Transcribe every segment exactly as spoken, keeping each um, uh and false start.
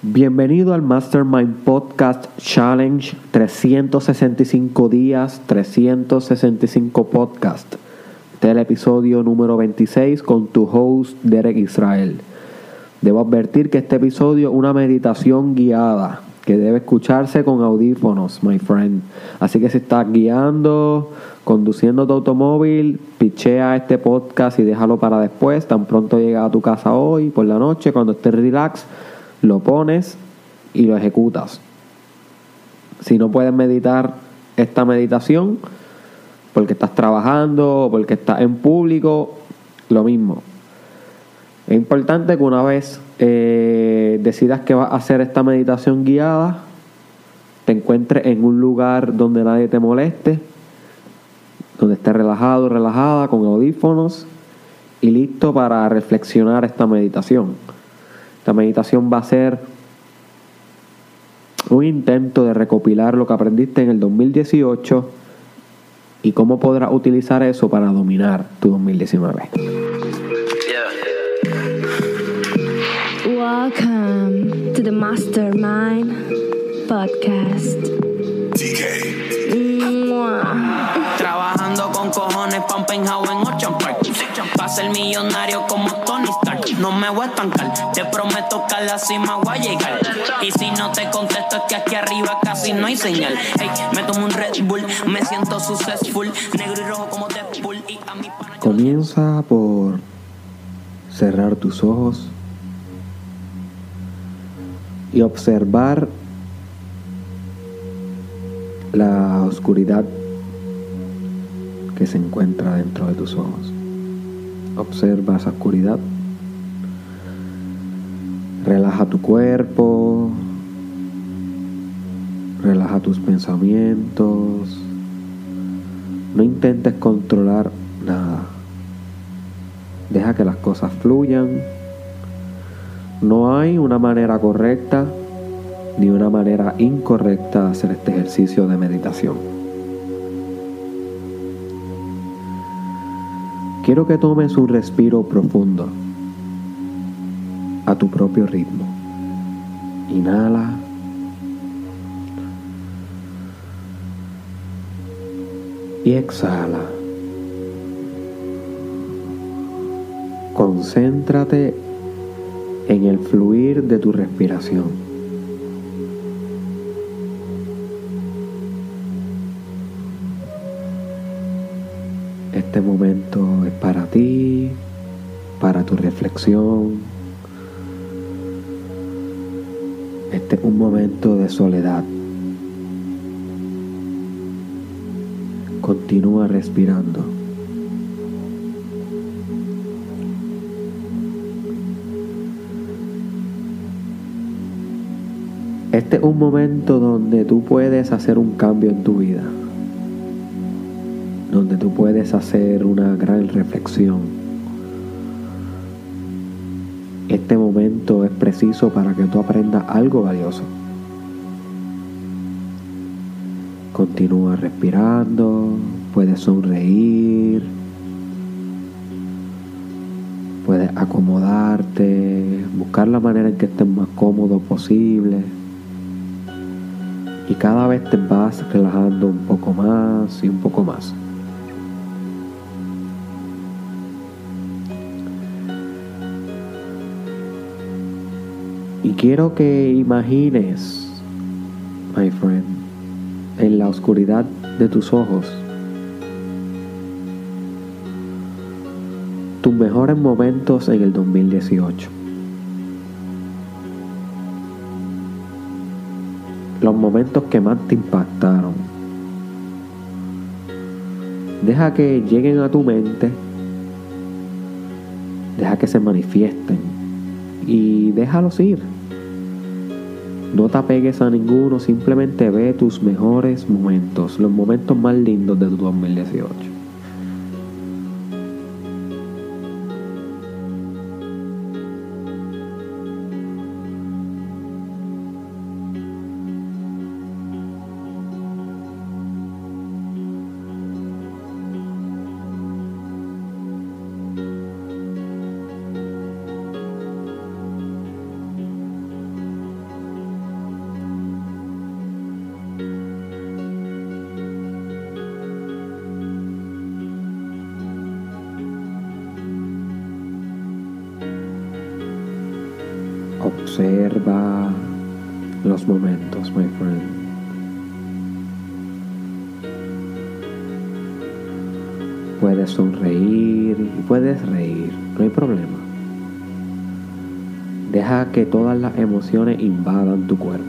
Bienvenido al Mastermind Podcast Challenge, trescientos sesenta y cinco días, trescientos sesenta y cinco podcast. Este es el episodio número veintiséis con tu host Derek Israel. Debo advertir que este episodio es una meditación guiada que debe escucharse con audífonos, my friend. Así que si estás guiando, conduciendo tu automóvil, pichea este podcast y déjalo para después. Tan pronto llegas a tu casa hoy, por la noche, cuando estés relax, lo pones y lo ejecutas. Si no puedes meditar esta meditación porque estás trabajando o porque estás en público, lo mismo. Es importante que una vez eh, decidas que vas a hacer esta meditación guiada, te encuentres en un lugar donde nadie te moleste, donde estés relajado, relajada, con audífonos y listo para reflexionar esta meditación. Esta meditación va a ser un intento de recopilar lo que aprendiste en el dos mil dieciocho y cómo podrás utilizar eso para dominar tu dos mil diecinueve. Welcome to the Mastermind Podcast. D K. Mua. Trabajando con cojones pa' un penthouse en Ocean Park. Pa' ser millonario como Tony Stark. No me voy a estancar, te prometo que a la cima voy a llegar. Y si no te contesto es que aquí arriba casi no hay señal. Hey, me tomo un Red Bull, me siento successful. Negro y rojo como Deadpool y a mi pana. Comienza por cerrar tus ojos y observar la oscuridad que se encuentra dentro de tus ojos. Observa esa oscuridad. Relaja tu cuerpo. Relaja tus pensamientos. No intentes controlar nada. Deja que las cosas fluyan. No hay una manera correcta ni una manera incorrecta de hacer este ejercicio de meditación. Quiero que tomes un respiro profundo a tu propio ritmo. Inhala. Y exhala. Concéntrate en el fluir de tu respiración. Este momento es para ti, para tu reflexión. Este es un momento de soledad. Continúa respirando. Este es un momento donde tú puedes hacer un cambio en tu vida, donde tú puedes hacer una gran reflexión. Este momento es preciso para que tú aprendas algo valioso. Continúa respirando, puedes sonreír, puedes acomodarte, buscar la manera en que estés más cómodo posible. Y cada vez te vas relajando un poco más y un poco más. Y quiero que imagines, my friend, en la oscuridad de tus ojos, tus mejores momentos en el dos mil dieciocho. Los momentos que más te impactaron. Deja que lleguen a tu mente. Deja que se manifiesten. Y déjalos ir. No te apegues a ninguno. Simplemente ve tus mejores momentos. Los momentos más lindos de tu dos mil dieciocho. Observa los momentos, my friend. Puedes sonreír y puedes reír, no hay problema. Deja que todas las emociones invadan tu cuerpo.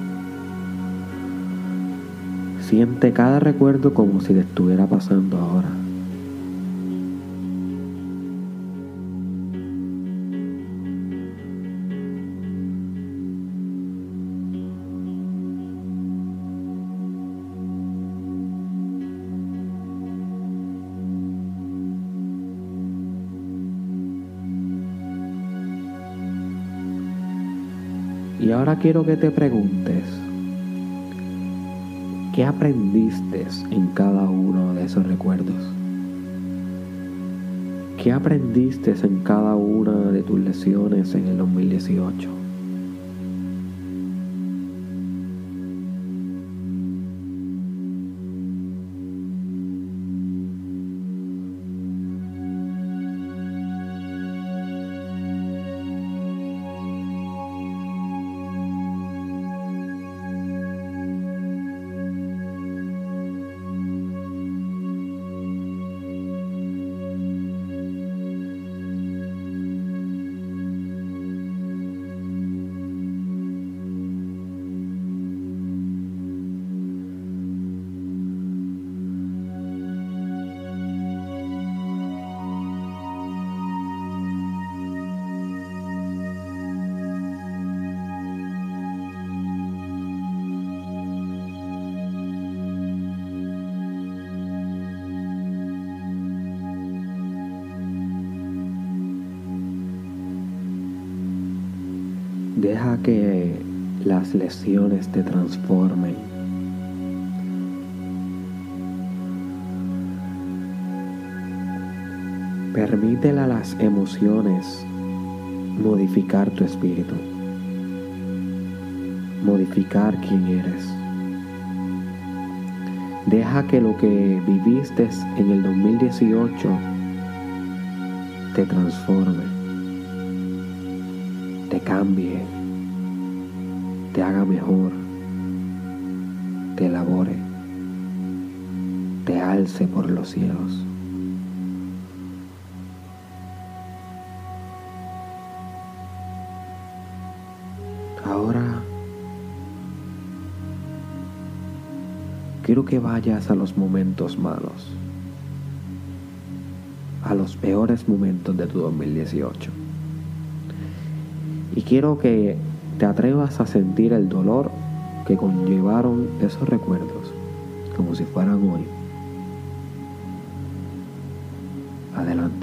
Siente cada recuerdo como si te estuviera pasando ahora. Y ahora quiero que te preguntes, ¿qué aprendiste en cada uno de esos recuerdos? ¿Qué aprendiste en cada una de tus lecciones en el dos mil dieciocho? Deja que las lecciones te transformen. Permítele a las emociones modificar tu espíritu, modificar quién eres. Deja que lo que viviste en el dos mil dieciocho te transforme, te cambie, te haga mejor, te elabore, te alce por los cielos. Ahora quiero que vayas a los momentos malos, a los peores momentos de tu dos mil dieciocho. Y quiero que te atrevas a sentir el dolor que conllevaron esos recuerdos, como si fueran hoy. Adelante.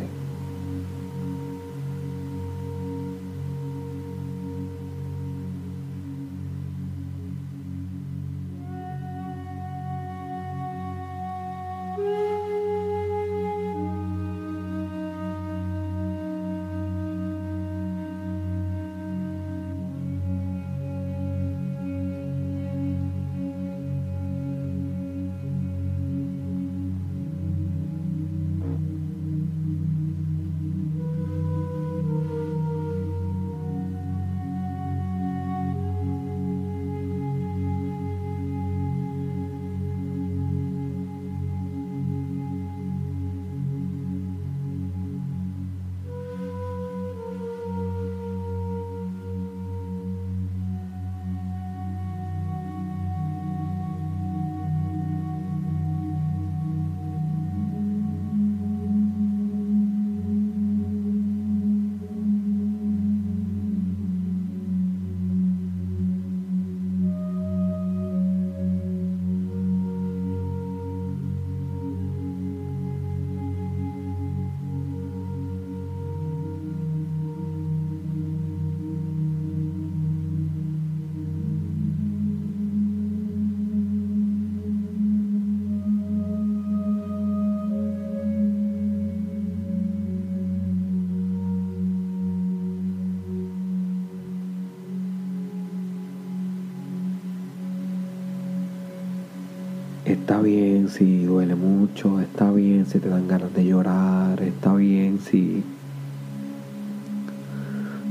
Está bien si duele mucho, está bien si te dan ganas de llorar, está bien si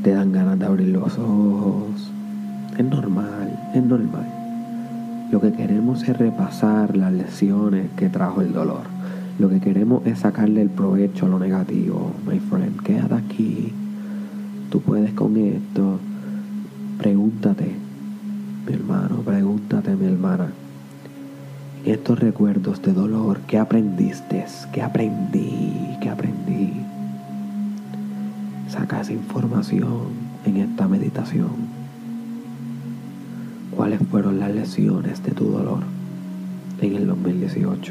te dan ganas de abrir los ojos. Es normal, es normal. Lo que queremos es repasar las lecciones que trajo el dolor. Lo que queremos es sacarle el provecho a lo negativo. My friend, quédate aquí. Tú puedes con esto. Pregúntate, mi hermano, pregúntate, mi hermana. Estos recuerdos de dolor, ¿qué aprendiste? ¿Qué aprendí? ¿Qué aprendí? Saca esa información en esta meditación. ¿Cuáles fueron las lecciones de tu dolor en el dos mil dieciocho?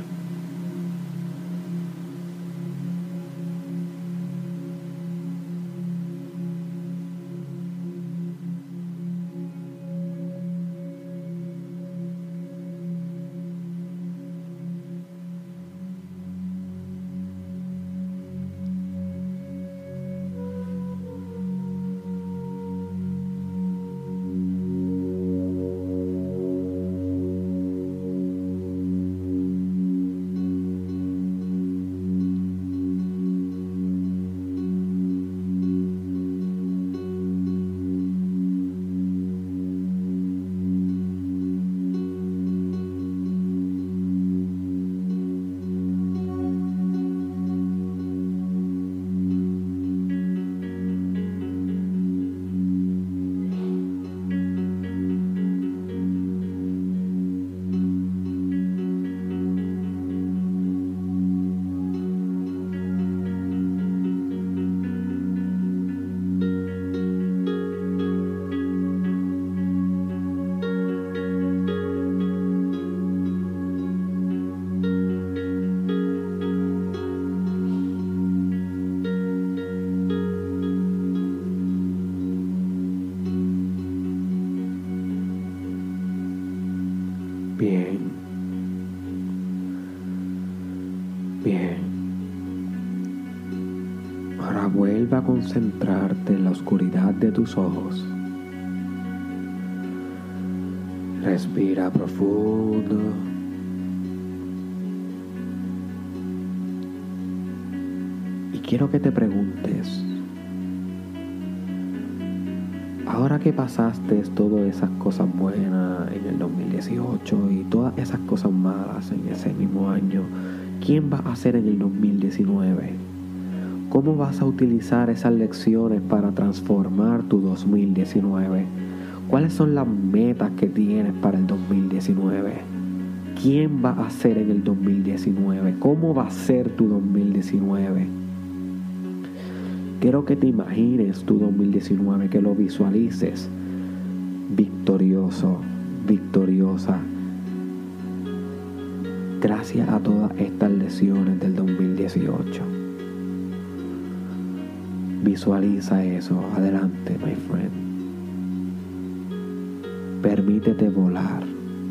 Bien. Bien. Ahora vuelve a concentrarte en la oscuridad de tus ojos. Respira profundo. Y quiero que te preguntes, ahora que pasaste todas esas cosas buenas en el dos mil dieciocho y todas esas cosas malas en ese mismo año, ¿quién vas a ser en el dos mil diecinueve? ¿Cómo vas a utilizar esas lecciones para transformar tu dos mil diecinueve? ¿Cuáles son las metas que tienes para el dos mil diecinueve? ¿Quién va a ser en el dos mil diecinueve? ¿Cómo va a ser tu dos mil diecinueve? Quiero que te imagines tu dos mil diecinueve, que lo visualices victorioso, victoriosa. Gracias a todas estas lecciones del dos mil dieciocho. Visualiza eso. Adelante, my friend. Permítete volar.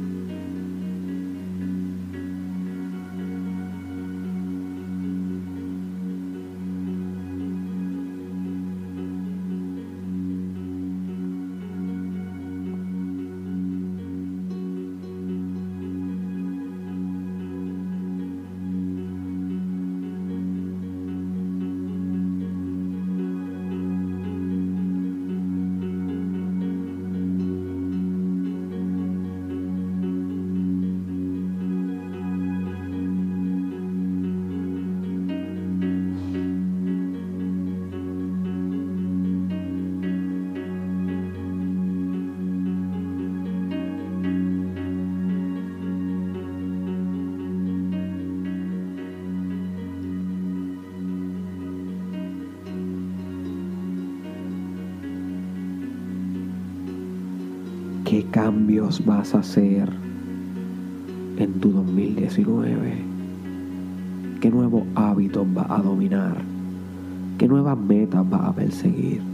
¿Qué cambios vas a hacer en tu dos mil diecinueve? ¿Qué nuevos hábitos vas a dominar? ¿Qué nuevas metas vas a perseguir?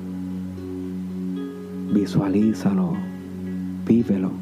Visualízalo, vívelo.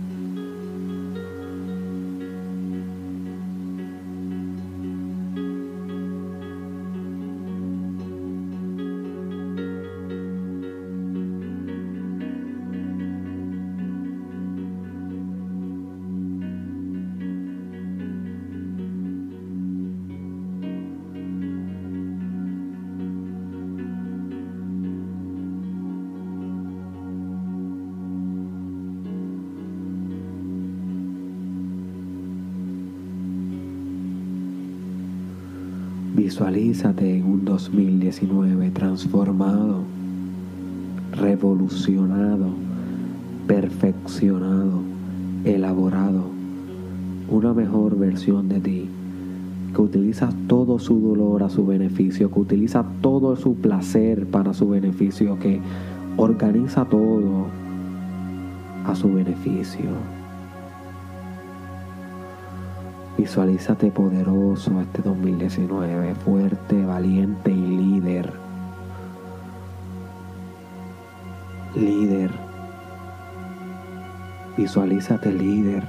Visualízate en un dos mil diecinueve transformado, revolucionado, perfeccionado, elaborado, una mejor versión de ti, que utiliza todo su dolor a su beneficio, que utiliza todo su placer para su beneficio, que organiza todo a su beneficio. Visualízate poderoso este dos mil diecinueve, fuerte, valiente y líder. Líder. Visualízate líder.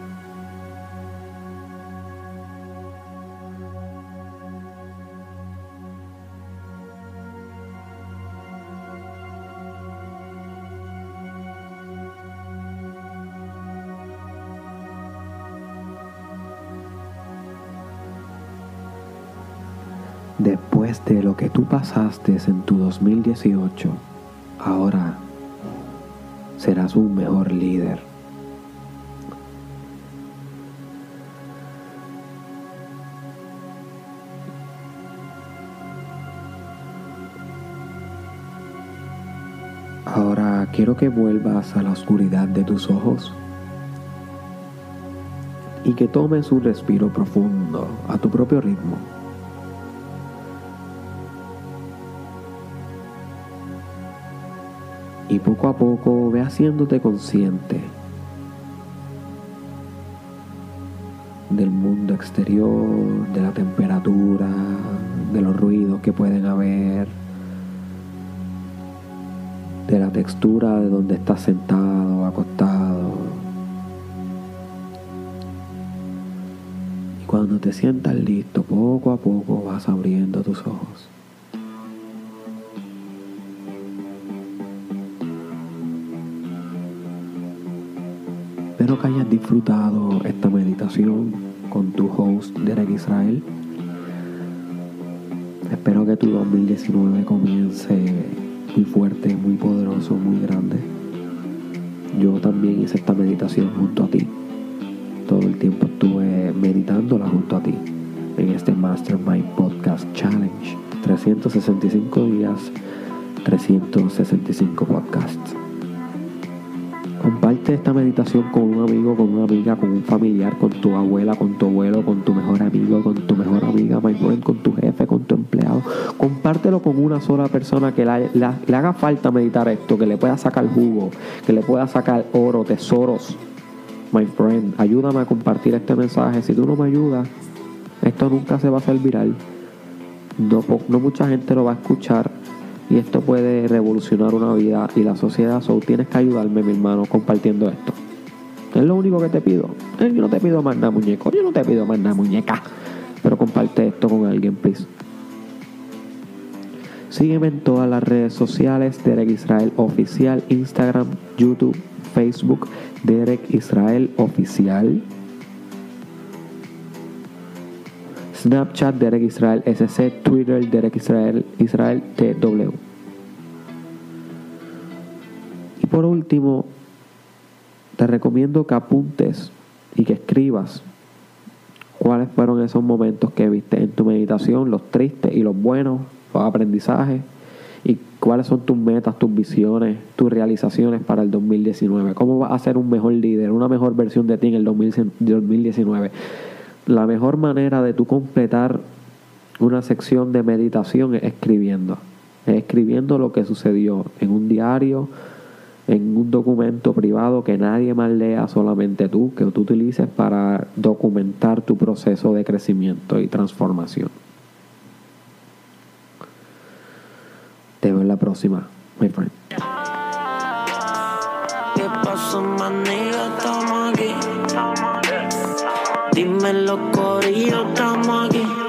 Después de lo que tú pasaste en tu dos mil dieciocho, ahora serás un mejor líder. Ahora quiero que vuelvas a la oscuridad de tus ojos y que tomes un respiro profundo a tu propio ritmo. Y poco a poco ve haciéndote consciente del mundo exterior, de la temperatura, de los ruidos que pueden haber, de la textura de donde estás sentado o acostado. Y cuando te sientas listo, poco a poco vas abriendo tus ojos. Espero que hayas disfrutado esta meditación con tu host Derek Israel. Espero que tu dos mil diecinueve comience muy fuerte, muy poderoso, muy grande. Yo también hice esta meditación junto a ti. Todo el tiempo estuve meditándola junto a ti en este Mastermind Podcast Challenge. trescientos sesenta y cinco días, trescientos sesenta y cinco podcasts. Comparte esta meditación con un amigo, con una amiga, con un familiar, con tu abuela, con tu abuelo, con tu mejor amigo, con tu mejor amiga, my friend, con tu jefe, con tu empleado. Compártelo con una sola persona que la, la, le haga falta meditar esto, que le pueda sacar jugo, que le pueda sacar oro, tesoros. My friend, ayúdame a compartir este mensaje. Si tú no me ayudas, esto nunca se va a hacer viral. No, no mucha gente lo va a escuchar. Y esto puede revolucionar una vida y la sociedad. So, tienes que ayudarme, mi hermano, compartiendo esto. Es lo único que te pido. Yo no te pido más nada, muñeco. Yo no te pido más nada, muñeca. Pero comparte esto con alguien, please. Sígueme en todas las redes sociales. Derek Israel Oficial. Instagram, YouTube, Facebook. Derek Israel Oficial. Snapchat, Derek Israel S C, Twitter, Derek Israel, Israel T W. Y por último, te recomiendo que apuntes y que escribas cuáles fueron esos momentos que viste en tu meditación, los tristes y los buenos, los aprendizajes, y cuáles son tus metas, tus visiones, tus realizaciones para el dos mil diecinueve. Cómo vas a ser un mejor líder, una mejor versión de ti en el dos mil diecinueve. La mejor manera de tú completar una sección de meditación es escribiendo. Es escribiendo lo que sucedió en un diario, en un documento privado que nadie más lea, solamente tú, que tú utilices para documentar tu proceso de crecimiento y transformación. Te veo en la próxima, my friend. ¿Qué pasó, maniga? Estamos aquí. Dime los corillos, estamos aquí.